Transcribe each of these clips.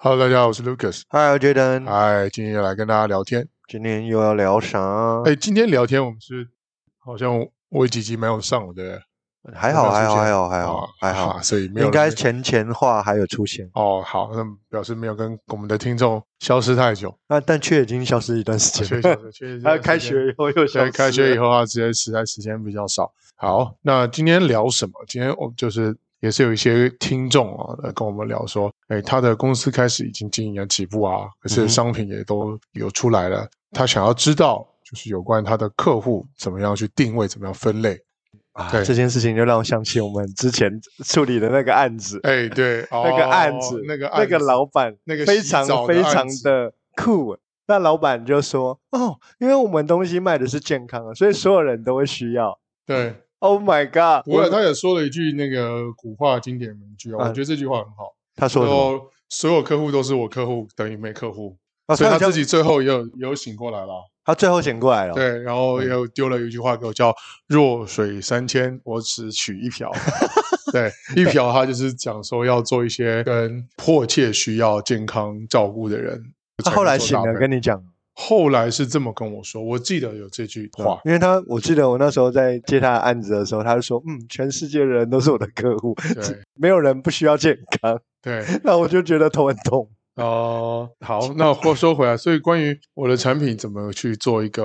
Hello，大家好，我是 Lucas。 嗨，我觉得嗨，今天又来跟大家聊天。 今天又要聊啥？ 今天聊天我们是好像我几集没有上，对不对？ 还好，还好，还好， 所以没有应该前话还有出现哦。好，那表示没有跟我们的听众消失太久。 但却已经消失一段时间了。确他开学以后又消失了。 开学以后他直接实在时间比较少。好，那今天聊什么？今天我们就是也是有一些听众来跟我们聊说，他的公司开始已经经营了几步啊，可是商品也都有出来了，他想要知道就是有关他的客户怎么样去定位，怎么样分类。 这件事情就让我想起我们之前处理的那个案子。 对， 那个案子，那个老板非常非常的酷。那老板就说：“因为我们东西卖的是健康的，所以所有人都会需要。” 对 ，Oh my god！ 不过他也说了一句那个古话经典名句我觉得这句话很好。 他说所有客户都是我客户等于没客户，所以他自己最后也有醒过来了。 他最后醒过来了， 对，然后也有丢了一句话给我，叫“弱水三千，我只取一瓢”。对，一瓢他就是讲说要做一些跟迫切需要健康照顾的人。 他后来醒了跟你讲？ 后来是这么跟我说，我记得有这句话。 因为我记得我那时候在接他的案子的时候，他就说全世界的人都是我的客户，没有人不需要健康。 对， 那我就觉得头很痛。 好，那话说回来，所以关于我的产品怎么去做一个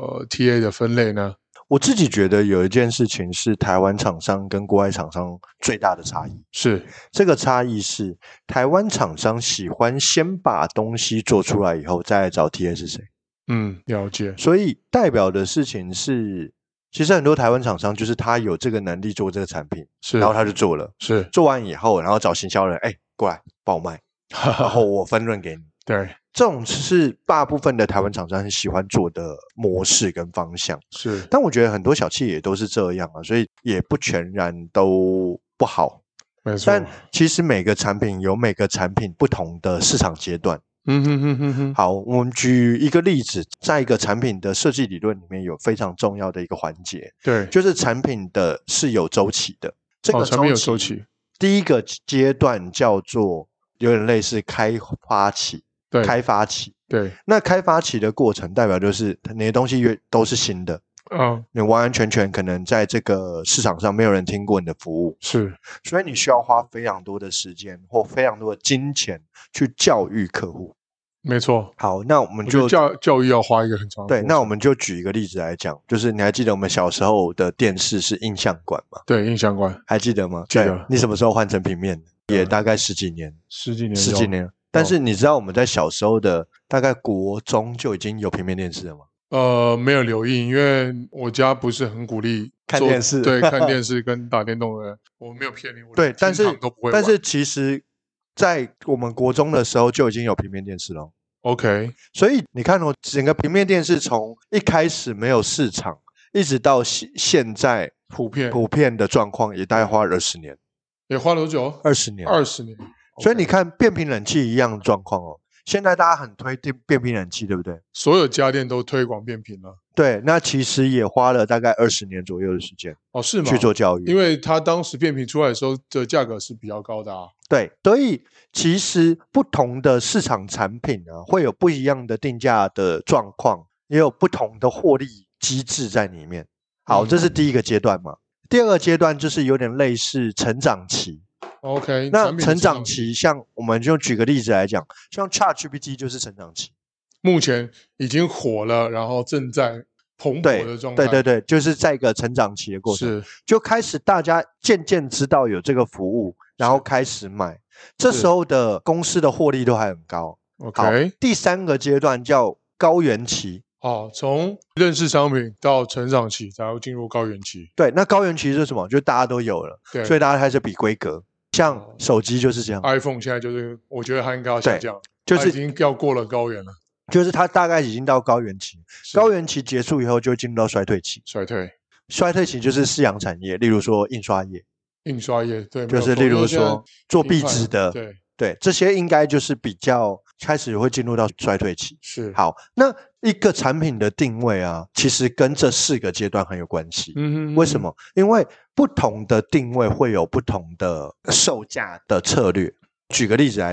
TA 的分类呢？ 我自己觉得有一件事情是台湾厂商跟国外厂商最大的差异， 是这个差异是台湾厂商喜欢先把东西做出来以后再来找 TA 是谁。 了解。 所以代表的事情是，其实很多台湾厂商就是他有这个能力做这个产品，然后他就做了， 是做完以后，然后找行销人，过来帮我卖，然后我分润给你。 对， 这种是大部分的台湾厂商很喜欢做的模式跟方向。 是， 但我觉得很多小企业也都是这样所以也不全然都不好。 没错。 但其实每个产品有每个产品不同的市场阶段。好，我们举一个例子，在一个产品的设计理论里面有非常重要的一个环节， 对， 就是产品的是有周期的。这个产品有周期， 第一个阶段叫做有点类似开发期。 对， 开发期， 对， 那开发期的过程代表就是你的东西都是新的，你完完全全可能在这个市场上没有人听过你的服务， 是， 所以你需要花非常多的时间或非常多的金钱去教育客户。 没错。 好，那我们就教育要花一个很长的对，那我们就举一个例子来讲，就是你还记得我们小时候的电视是映像管吗？ 对，映像管还记得吗？ 记得。 你什么时候换成平面的？也大概十几年。但是你知道我们在小时候的大概国中就已经有平面电视了吗？ 没有留意，因为我家不是很鼓励看电视。 对，看电视跟打电动的，我没有骗你。 对，但是其实在我们国中的时候就已经有平面电视了。 OK， 所以你看整个平面电视从一开始没有市场，一直到现在普遍的状况，也大概花了20年。 也花了多久 ？20年。 20年。 所以你看变频冷气一样的状况现在大家很推变频冷气，对不对？ 所有家电都推广变频了。 对，那其实也花了大概20年左右的时间。 是吗？ 去做教育， 因为它当时变频出来的时候的价格是比较高的对，所以其实不同的市场产品会有不一样的定价的状况，也有不同的获利机制在里面。好，这是第一个阶段嘛。第二个阶段就是有点类似成长期。 OK， 那成长期像我们就举个例子来讲，像 ChatGPT 就是成长期， 目前已经火了，然后正在蓬勃的状态。 对，就是在一个成长期的过程，就开始大家渐渐知道有这个服务，然后开始买，这时候的公司的获利都还很高。 OK， 第三个阶段叫高原期。 从认识商品到成长期，才会进入高原期。 对，那高原期是什么？就大家都有了，所以大家开始比规格。像手机就是这样 ，iPhone 现在就是我觉得它应该要下降， 就是已经要过了高原了， 就是它大概已经到高原期，高原期结束以后就进入到衰退期。衰退期就是夕阳产业，例如说印刷业， 对， 就是例如说做壁纸的，对，这些应该就是比较开始会进入到衰退期。 是， 好，那一个产品的定位其实跟这4个阶段很有关系。为什么？因为不同的定位会有不同的售价的策略。举个例子来讲，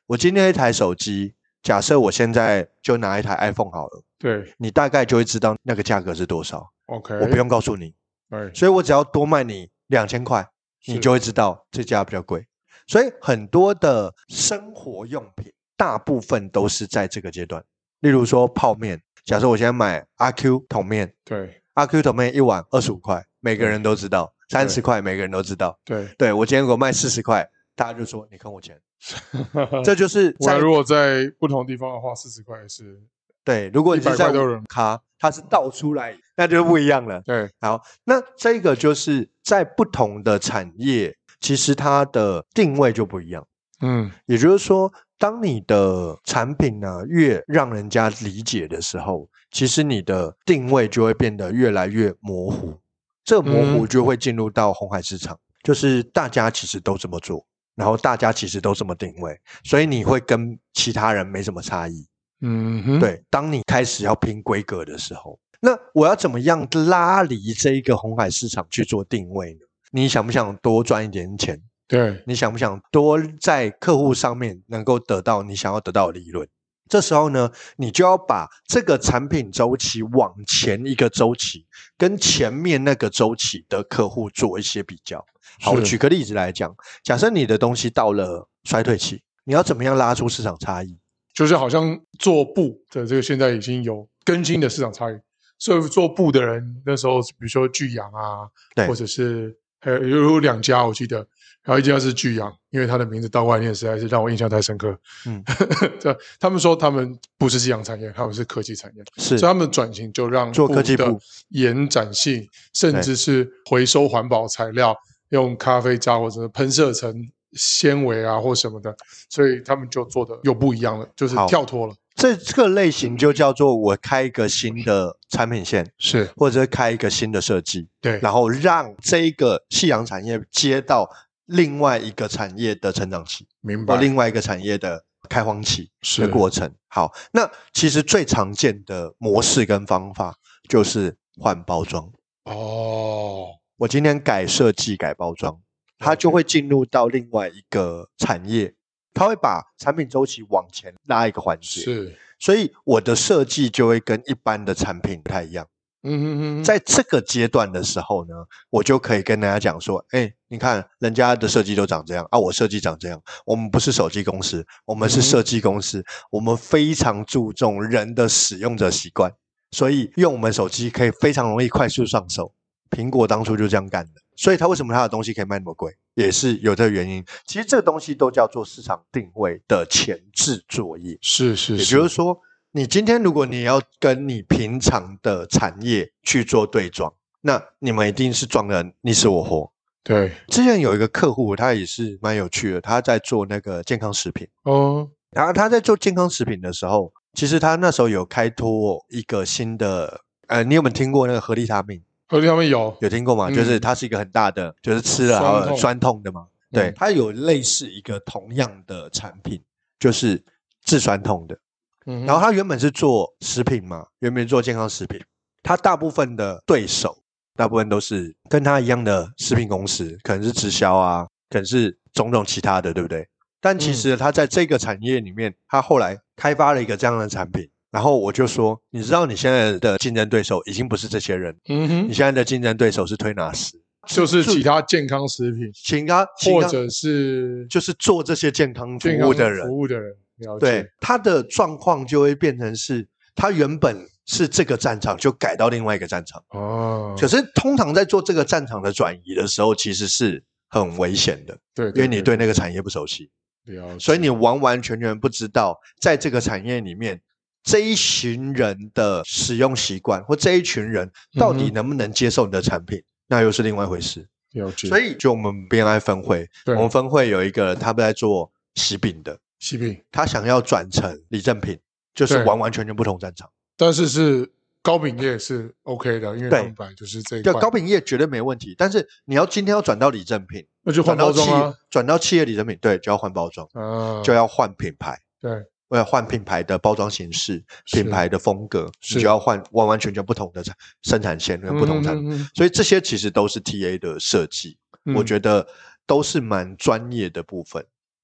我今天一台手机，假设我现在就拿一台 iPhone 好了， 对你大概就会知道那个价格是多少。 ，OK， 我不用告诉你， 对， 所以我只要多卖你2000块，你就会知道这家比较贵。所以很多的生活用品大部分都是在这个阶段，例如说泡面，假设我现在买阿 Q 桶面， 对阿 Q 桶面一碗25块，每个人都知道，30块每个人都知道。 对， 对，我今天给我卖40块，大家就说你坑我钱。这就是我如果在不同地方的话，40块也是对，如果你是 100 在块都有人咖，它是倒出来，那就不一样了。 对， 好，那这个就是在不同的产业，其实它的定位就不一样。也就是说，当你的产品呢越让人家理解的时候，其实你的定位就会变得越来越模糊。这个模糊就会进入到红海市场，就是大家其实都这么做，然后大家其实都这么定位，所以你会跟其他人没什么差异。对，当你开始要拼规格的时候，那我要怎么样拉离这一个红海市场去做定位呢？你想不想多赚一点钱？ 对， 你想不想多在客户上面能够得到你想要得到的利润？这时候呢，你就要把这个产品周期往前一个周期跟前面那个周期的客户做一些比较。好，我举个例子来讲，假设你的东西到了衰退期，你要怎么样拉出市场差异？ 就是好像做布的这个现在已经有更新的市场差异，所以做布的人那时候比如说巨阳啊，或者是还有2家我记得，然后一家是巨阳，因为它的名字倒过来念实在是让我印象太深刻。他们说他们不是夕阳产业，他们是科技产业，所以他们转型就让做科技的延展性，甚至是回收环保材料，用咖啡渣或者喷射成纤维啊或什么的，所以他们就做的又不一样了，就是跳脱了。 这个类型就叫做我开一个新的产品线， 是或者开一个新的设计， 对， 然后让这一个夕阳产业接到另外一个产业的成长期， 明白， 或另外一个产业的开荒期的过程。好，那其实最常见的模式跟方法就是换包装。我今天改设计改包装，它就会进入到另外一个产业，它会把产品周期往前拉一个环节， 是， 所以我的设计就会跟一般的产品不太一样。在这个阶段的时候呢，我就可以跟大家讲说，你看人家的设计都长这样啊，我设计长这样。我们不是手机公司，我们是设计公司，我们非常注重人的使用者习惯，所以用我们手机可以非常容易快速上手。苹果当初就这样干的，所以它为什么它的东西可以卖那么贵，也是有这个原因。其实这个东西都叫做市场定位的前置作业， 是， 也就是说，你今天如果你要跟你平常的产业去做对撞，那你们一定是撞得你死我活。 对， 之前有一个客户，他也是蛮有趣的，他在做那个健康食品然后他在做健康食品的时候，其实他那时候有开拓一个新的你有没有听过那个合利他命？ 合利他命有听过吗？就是它是一个很大的，就是吃了酸痛的嘛。对，它有类似一个同样的产品，就是治酸痛的。然后它原本是做食品嘛，原本做健康食品，它大部分的对手，大部分都是跟它一样的食品公司，可能是直销啊，可能是种种其他的，对不对？但其实它在这个产业里面，它后来开发了一个这样的产品。然后我就说，你知道你现在的竞争对手已经不是这些人，你现在的竞争对手是推拿师， 就是其他健康食品，或者是就是做这些健康服务的人，对，他的状况就会变成是，他原本是这个战场，就改到另外一个战场。可是通常在做这个战场的转移的时候，其实是很危险的， 对， 因为你对那个产业不熟悉，所以你完完全全不知道在这个产业里面。这一群人的使用习惯，或这一群人到底能不能接受你的产品，那又是另外一回事。所以就我们 BNI 分会，我们分会有一个他们在做喜饼的，他想要转成礼赠品，就是完完全全不同战场。 但是糕饼业是 OK 的，因为他们本来就是这一块。 对，糕饼业绝对没问题，但是你要今天要转到礼赠品， 那就换包装啊， 转到企业礼赠品，对，就要换包装，就要换品牌， 对。 为了换品牌的包装形式、品牌的风格，你就要换完完全全不同的生产线跟不同产品，所以这些其实都是 TA 的设计，我觉得都是蛮专业的部分。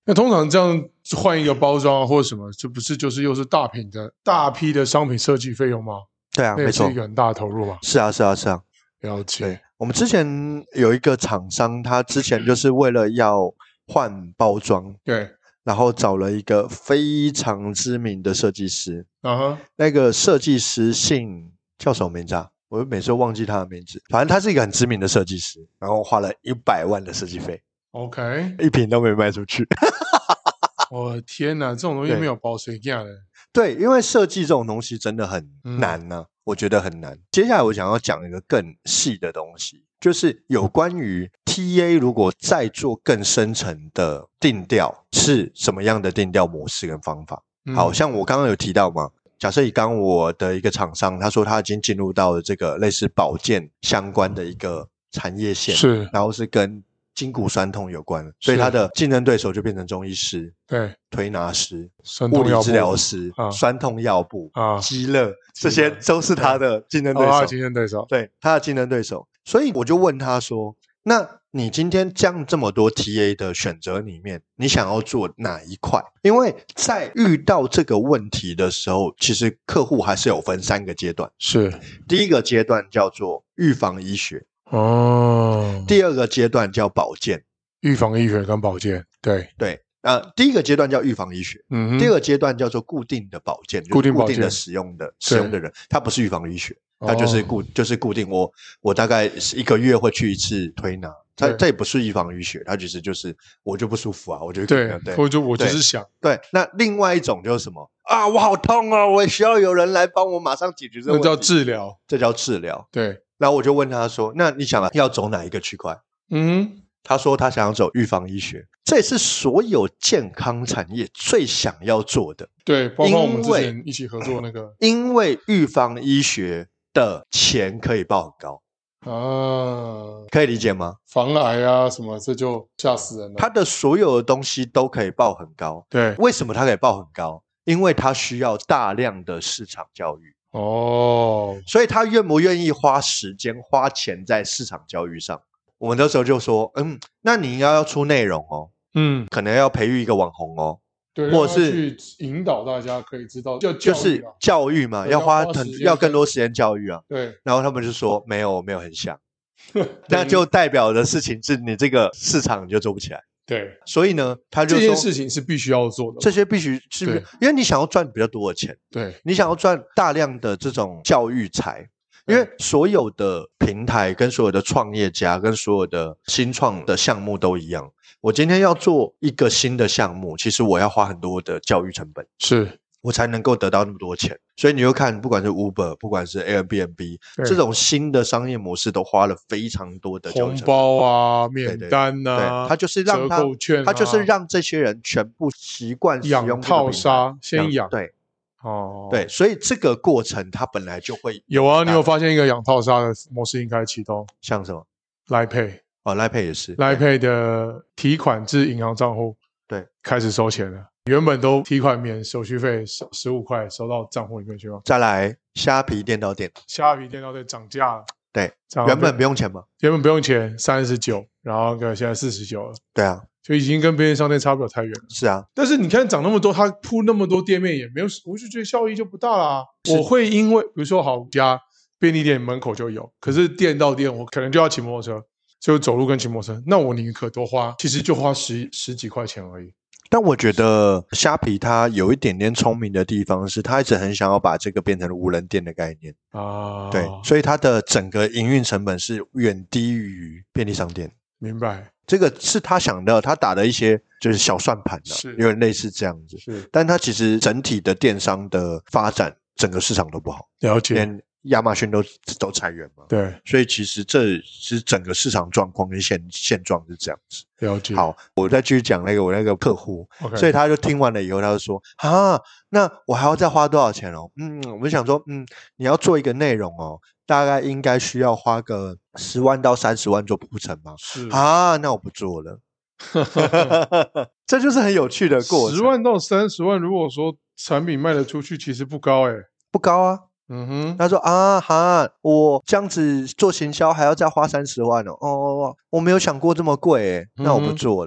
那通常这样换一个包装或者什么，这不是就是又是大批的商品设计费用吗？ 对啊，没错， 那也是一个很大的投入嘛。 是啊，是啊，是啊。 了解。 我们之前有一个厂商，他之前就是为了要换包装， 对， 然后找了一个非常知名的设计师。那个设计师姓叫什么名字啊？我每次都忘记他的名字。反正他是一个很知名的设计师，然后花了100万的设计费。 OK， 一瓶都没卖出去。 我的天哪，这种东西没有包水价的。 对，因为设计这种东西真的很难呢，我觉得很难。接下来我想要讲一个更细的东西，就是有关于 TA 如果再做更深层的定调，是什么样的定调模式跟方法。好像我刚刚有提到嘛，假设以刚我的一个厂商，他说他已经进入到了这个类似保健相关的一个产业线， 是， 然后是跟筋骨酸痛有关，所以他的竞争对手就变成中医师、 对， 推拿师、 物理治疗师、酸痛药部、肌乐，这些都是他的竞争对手。 他的竞争对手， 对，他的竞争对手。所以我就问他说：“那你今天这么多 TA 的选择里面，你想要做哪一块？”因为在遇到这个问题的时候，其实客户还是有分3个阶段。 是， 第一个阶段叫做预防医学。第二个阶段叫保健， 预防医学跟保健，对， 第一个阶段叫预防医学，第二个阶段叫做固定的保健，固定的使用的人，它不是预防医学，它就是固定。我大概1个月会去一次推拿，这也不是预防医学，它其实就是我就不舒服啊，我就对，我就是想对。那另外一种就是什么啊？我好痛啊，我也需要有人来帮我马上解决这个问题， 那叫治疗， 这叫治疗， 对。 然后我就问他说：“那你想要走哪一个区块？”他说他想要走预防医学，这也是所有健康产业最想要做的。 对，包括我们之前一起合作那个， 因为预防医学的钱可以报很高啊， 可以理解吗？ 防癌啊什么，这就吓死人了。 他的所有的东西都可以报很高， 对， 为什么他可以报很高？因为他需要大量的市场教育。所以他愿不愿意花时间花钱在市场教育上？我们那时候就说，那你要出内容哦，可能要培育一个网红哦， 对， 或者是去引导大家可以知道， 就是教育嘛，要更多时间教育啊。 对， 然后他们就说没有很想，那就代表的事情是你这个市场你就做不起来。 对， 所以呢，他就说这件事情是必须要做的， 这些必须是因为你想要赚比较多的钱， 对， 你想要赚大量的这种教育财，因为所有的平台跟所有的创业家跟所有的新创的项目都一样，我今天要做一个新的项目，其实我要花很多的教育成本， 是我才能够得到那么多钱。所以你就看不管是 Uber 不管是 Airbnb 这种新的商业模式都花了非常多的教育成本， 红包啊免单啊， 对，它就是让折扣券它就是让这些人全部习惯使用养套杀，先养， 对，所以这个过程它本来就会有啊。你有发现一个养套杀的模式应该启动？ 像什么 Line Pay ？Line Pay 也是 ，Line Pay 的提款至银行账户， 对， 开始收钱了。原本都提款免手续费15块，收到账户里面去吗？ 再来，虾皮店到店， 虾皮店到店涨价了， 对，原本不用钱吗？ 原本不用钱，39，然后现在49了。 对啊， 就已经跟便利商店差不了太远了。 是啊， 但是你看涨那么多，它铺那么多店面也没有，我就觉得效益就不大啦。我会因为比如说好家便利店门口就有，可是店到店我可能就要骑摩托车，就走路跟骑摩托车，那我宁可多花，其实就花十几块钱而已。 但我觉得虾皮它有一点点聪明的地方是，它一直很想要把这个变成无人店的概念啊，对，所以它的整个营运成本是远低于便利商店。 明白， 这个是他想的，他打的一些就是小算盘的，有点类似这样子。 是， 但他其实整体的电商的发展，整个市场都不好。 了解。 连亚马逊都裁员嘛， 对， 所以其实这是整个市场状况跟现状是这样子。 了解。 好，我再继续讲我那个客户，所以他就听完了以后，他就说啊，那我还要再花多少钱哦？我就想说，你要做一个内容哦，大概应该需要花个10万到30万做铺陈嘛。 是啊，那我不做了。这就是很有趣的过程。 10万到30万，如果说产品卖得出去，其实不高不高啊。他说我这样子做行销还要再花30万哦，我没有想过这么贵那我不做了。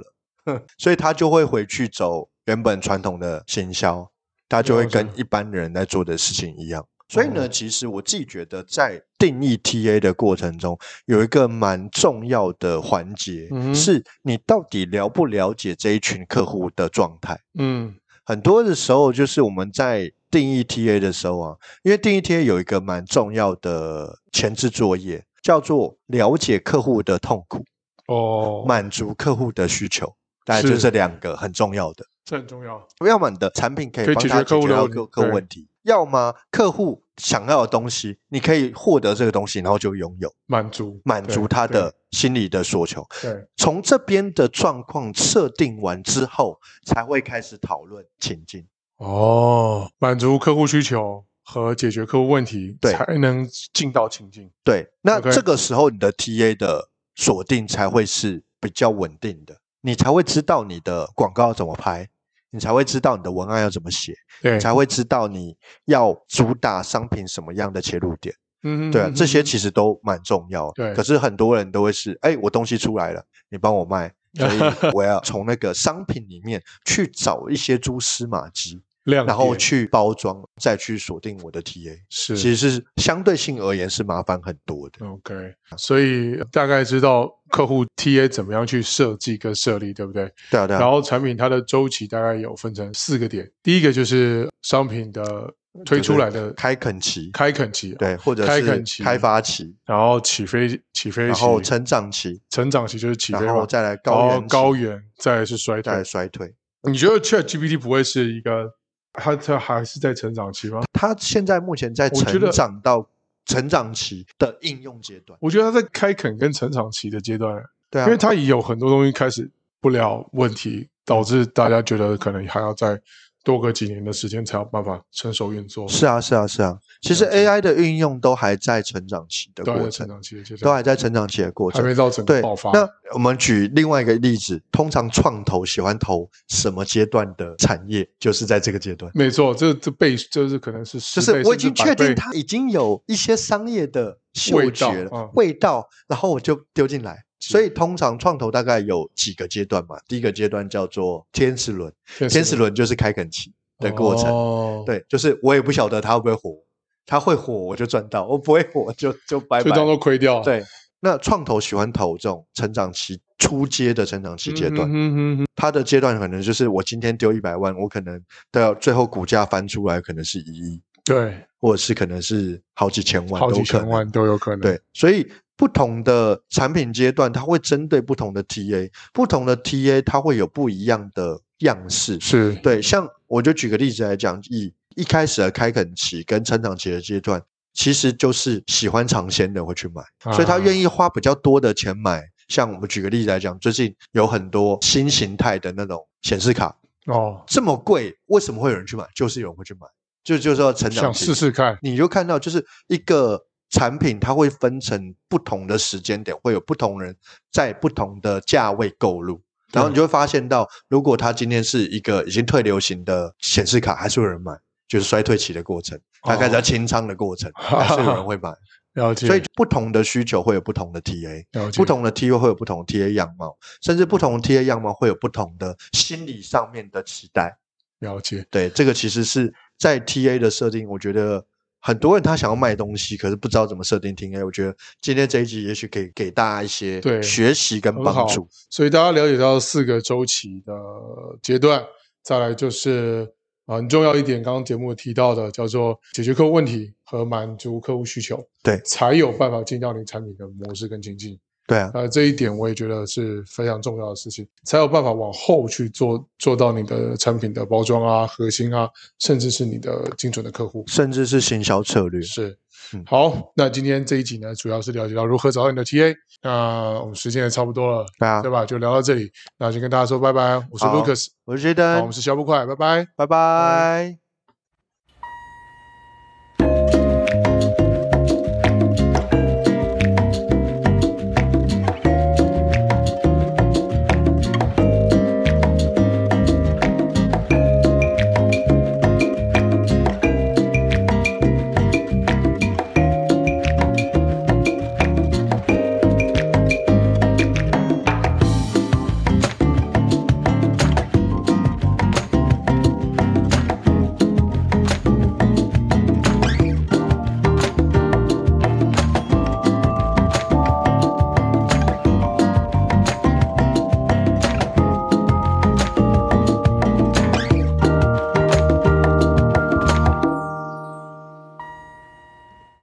所以他就会回去走原本传统的行销，他就会跟一般人在做的事情一样。所以呢，其实我自己觉得在定义 TA 的过程中，有一个蛮重要的环节，是你到底了不了解这一群客户的状态。很多的时候就是我们在定义 TA 的时候啊，因为定义 TA 有一个蛮重要的前置作业，叫做了解客户的痛苦，满足客户的需求，大概就这2个很重要的。 这很重要。 要么你的产品可以帮他解决到客户问题，要么客户想要的东西，你可以获得这个东西，然后就拥有，满足他的心理的所求。 对， 从这边的状况设定完之后，才会开始讨论情境。 满足客户需求和解决客户问题，才能进到情境。 对，那这个时候你的 TA 的锁定才会是比较稳定的，你才会知道你的广告要怎么拍，你才会知道你的文案要怎么写，你才会知道你要主打商品什么样的切入点。对啊，这些其实都蛮重要。可是很多人都会是，我东西出来了，你帮我卖，所以我要从那个商品里面去找一些蛛丝马迹，然后去包装，再去锁定我的 TA。其实是相对性而言是麻烦很多的。 OK， 所以大概知道客户 TA 怎么样去设计跟设立，对不对？ 对啊。 然后产品它的周期大概有分成4个点，第一个就是商品的推出来的开垦期， 对， 或者是开发期， 然后起飞期， 然后成长期就是起飞嘛， 然后再来高原，再来是衰退。你觉得 ChatGPT 不会是一个它还是在成长期吗？ 它现在目前在成长到成长期的应用阶段。 我觉得它在开垦跟成长期的阶段， 对啊， 因为它也有很多东西开始不了问题，导致大家觉得可能还要再多个几年的时间才有办法成熟运作。 是啊。其实 AI 的运用都还在成长期的过程，都还在成长期的过程， 还没到整个爆发。 那我们举另外一个例子，通常创投喜欢投什么阶段的产业，就是在这个阶段。 没错，这就是可能是10倍， 就是我已经确定它已经有一些商业的嗅觉了，味道，然后我就丢进来。所以通常创投大概有几个阶段嘛，第一个阶段叫做天使轮，天使轮就是开垦期的过程。对，就是我也不晓得它会不会火，它会火我就赚到，我不会火就拜拜， 就当做亏掉。 对，那创投喜欢投这种成长期初阶的成长期阶段，它的阶段可能就是我今天丢100万，我可能到最后股价翻出来可能是1亿， 对， 或者是可能是好几千万都有可能。 对，所以不同的产品阶段，它会针对不同的 TA， 不同的 TA 它会有不一样的样式。对，像我就举个例子来讲，以一开始的开垦期跟成长期的阶段，其实就是喜欢尝鲜的会去买，所以他愿意花比较多的钱买。像我们举个例子来讲，最近有很多新形态的那种显示卡，这么贵，为什么会有人去买？就是有人会去买，就是说成长期想试试看， 你就看到就是一个产品它会分成不同的时间点，会有不同人在不同的价位购入，然后你就会发现到，如果它今天是一个已经退流行的显示卡，还是有人买，就是衰退期的过程，它开始要清仓的过程，还是有人会买。 了解。 所以不同的需求会有不同的 TA， 不同的 TA 会有不同的 TA 样貌，甚至不同的 TA 样貌会有不同的心理上面的期待。 了解。 对，这个其实是在 TA 的设定，我觉得很多人他想要卖东西，可是不知道怎么设定 TA。我觉得今天这一集也许可以给大家一些学习跟帮助。 所以大家了解到4个周期的阶段，再来就是很重要一点，刚刚节目提到的叫做解决客户问题和满足客户需求， 对， 才有办法进到你产品的模式跟情境。 对啊， 这一点我也觉得是非常重要的事情，才有办法往后去做到你的产品的包装啊、核心啊，甚至是你的精准的客户， 甚至是行销策略。 是。好，那今天这一集呢，主要是了解到如何找到你的 TA。那我们时间也差不多了，对吧？就聊到这里，那就跟大家说拜拜。我是 Lucas， 我是 Jayden， 我们是消不快，拜拜， 拜拜。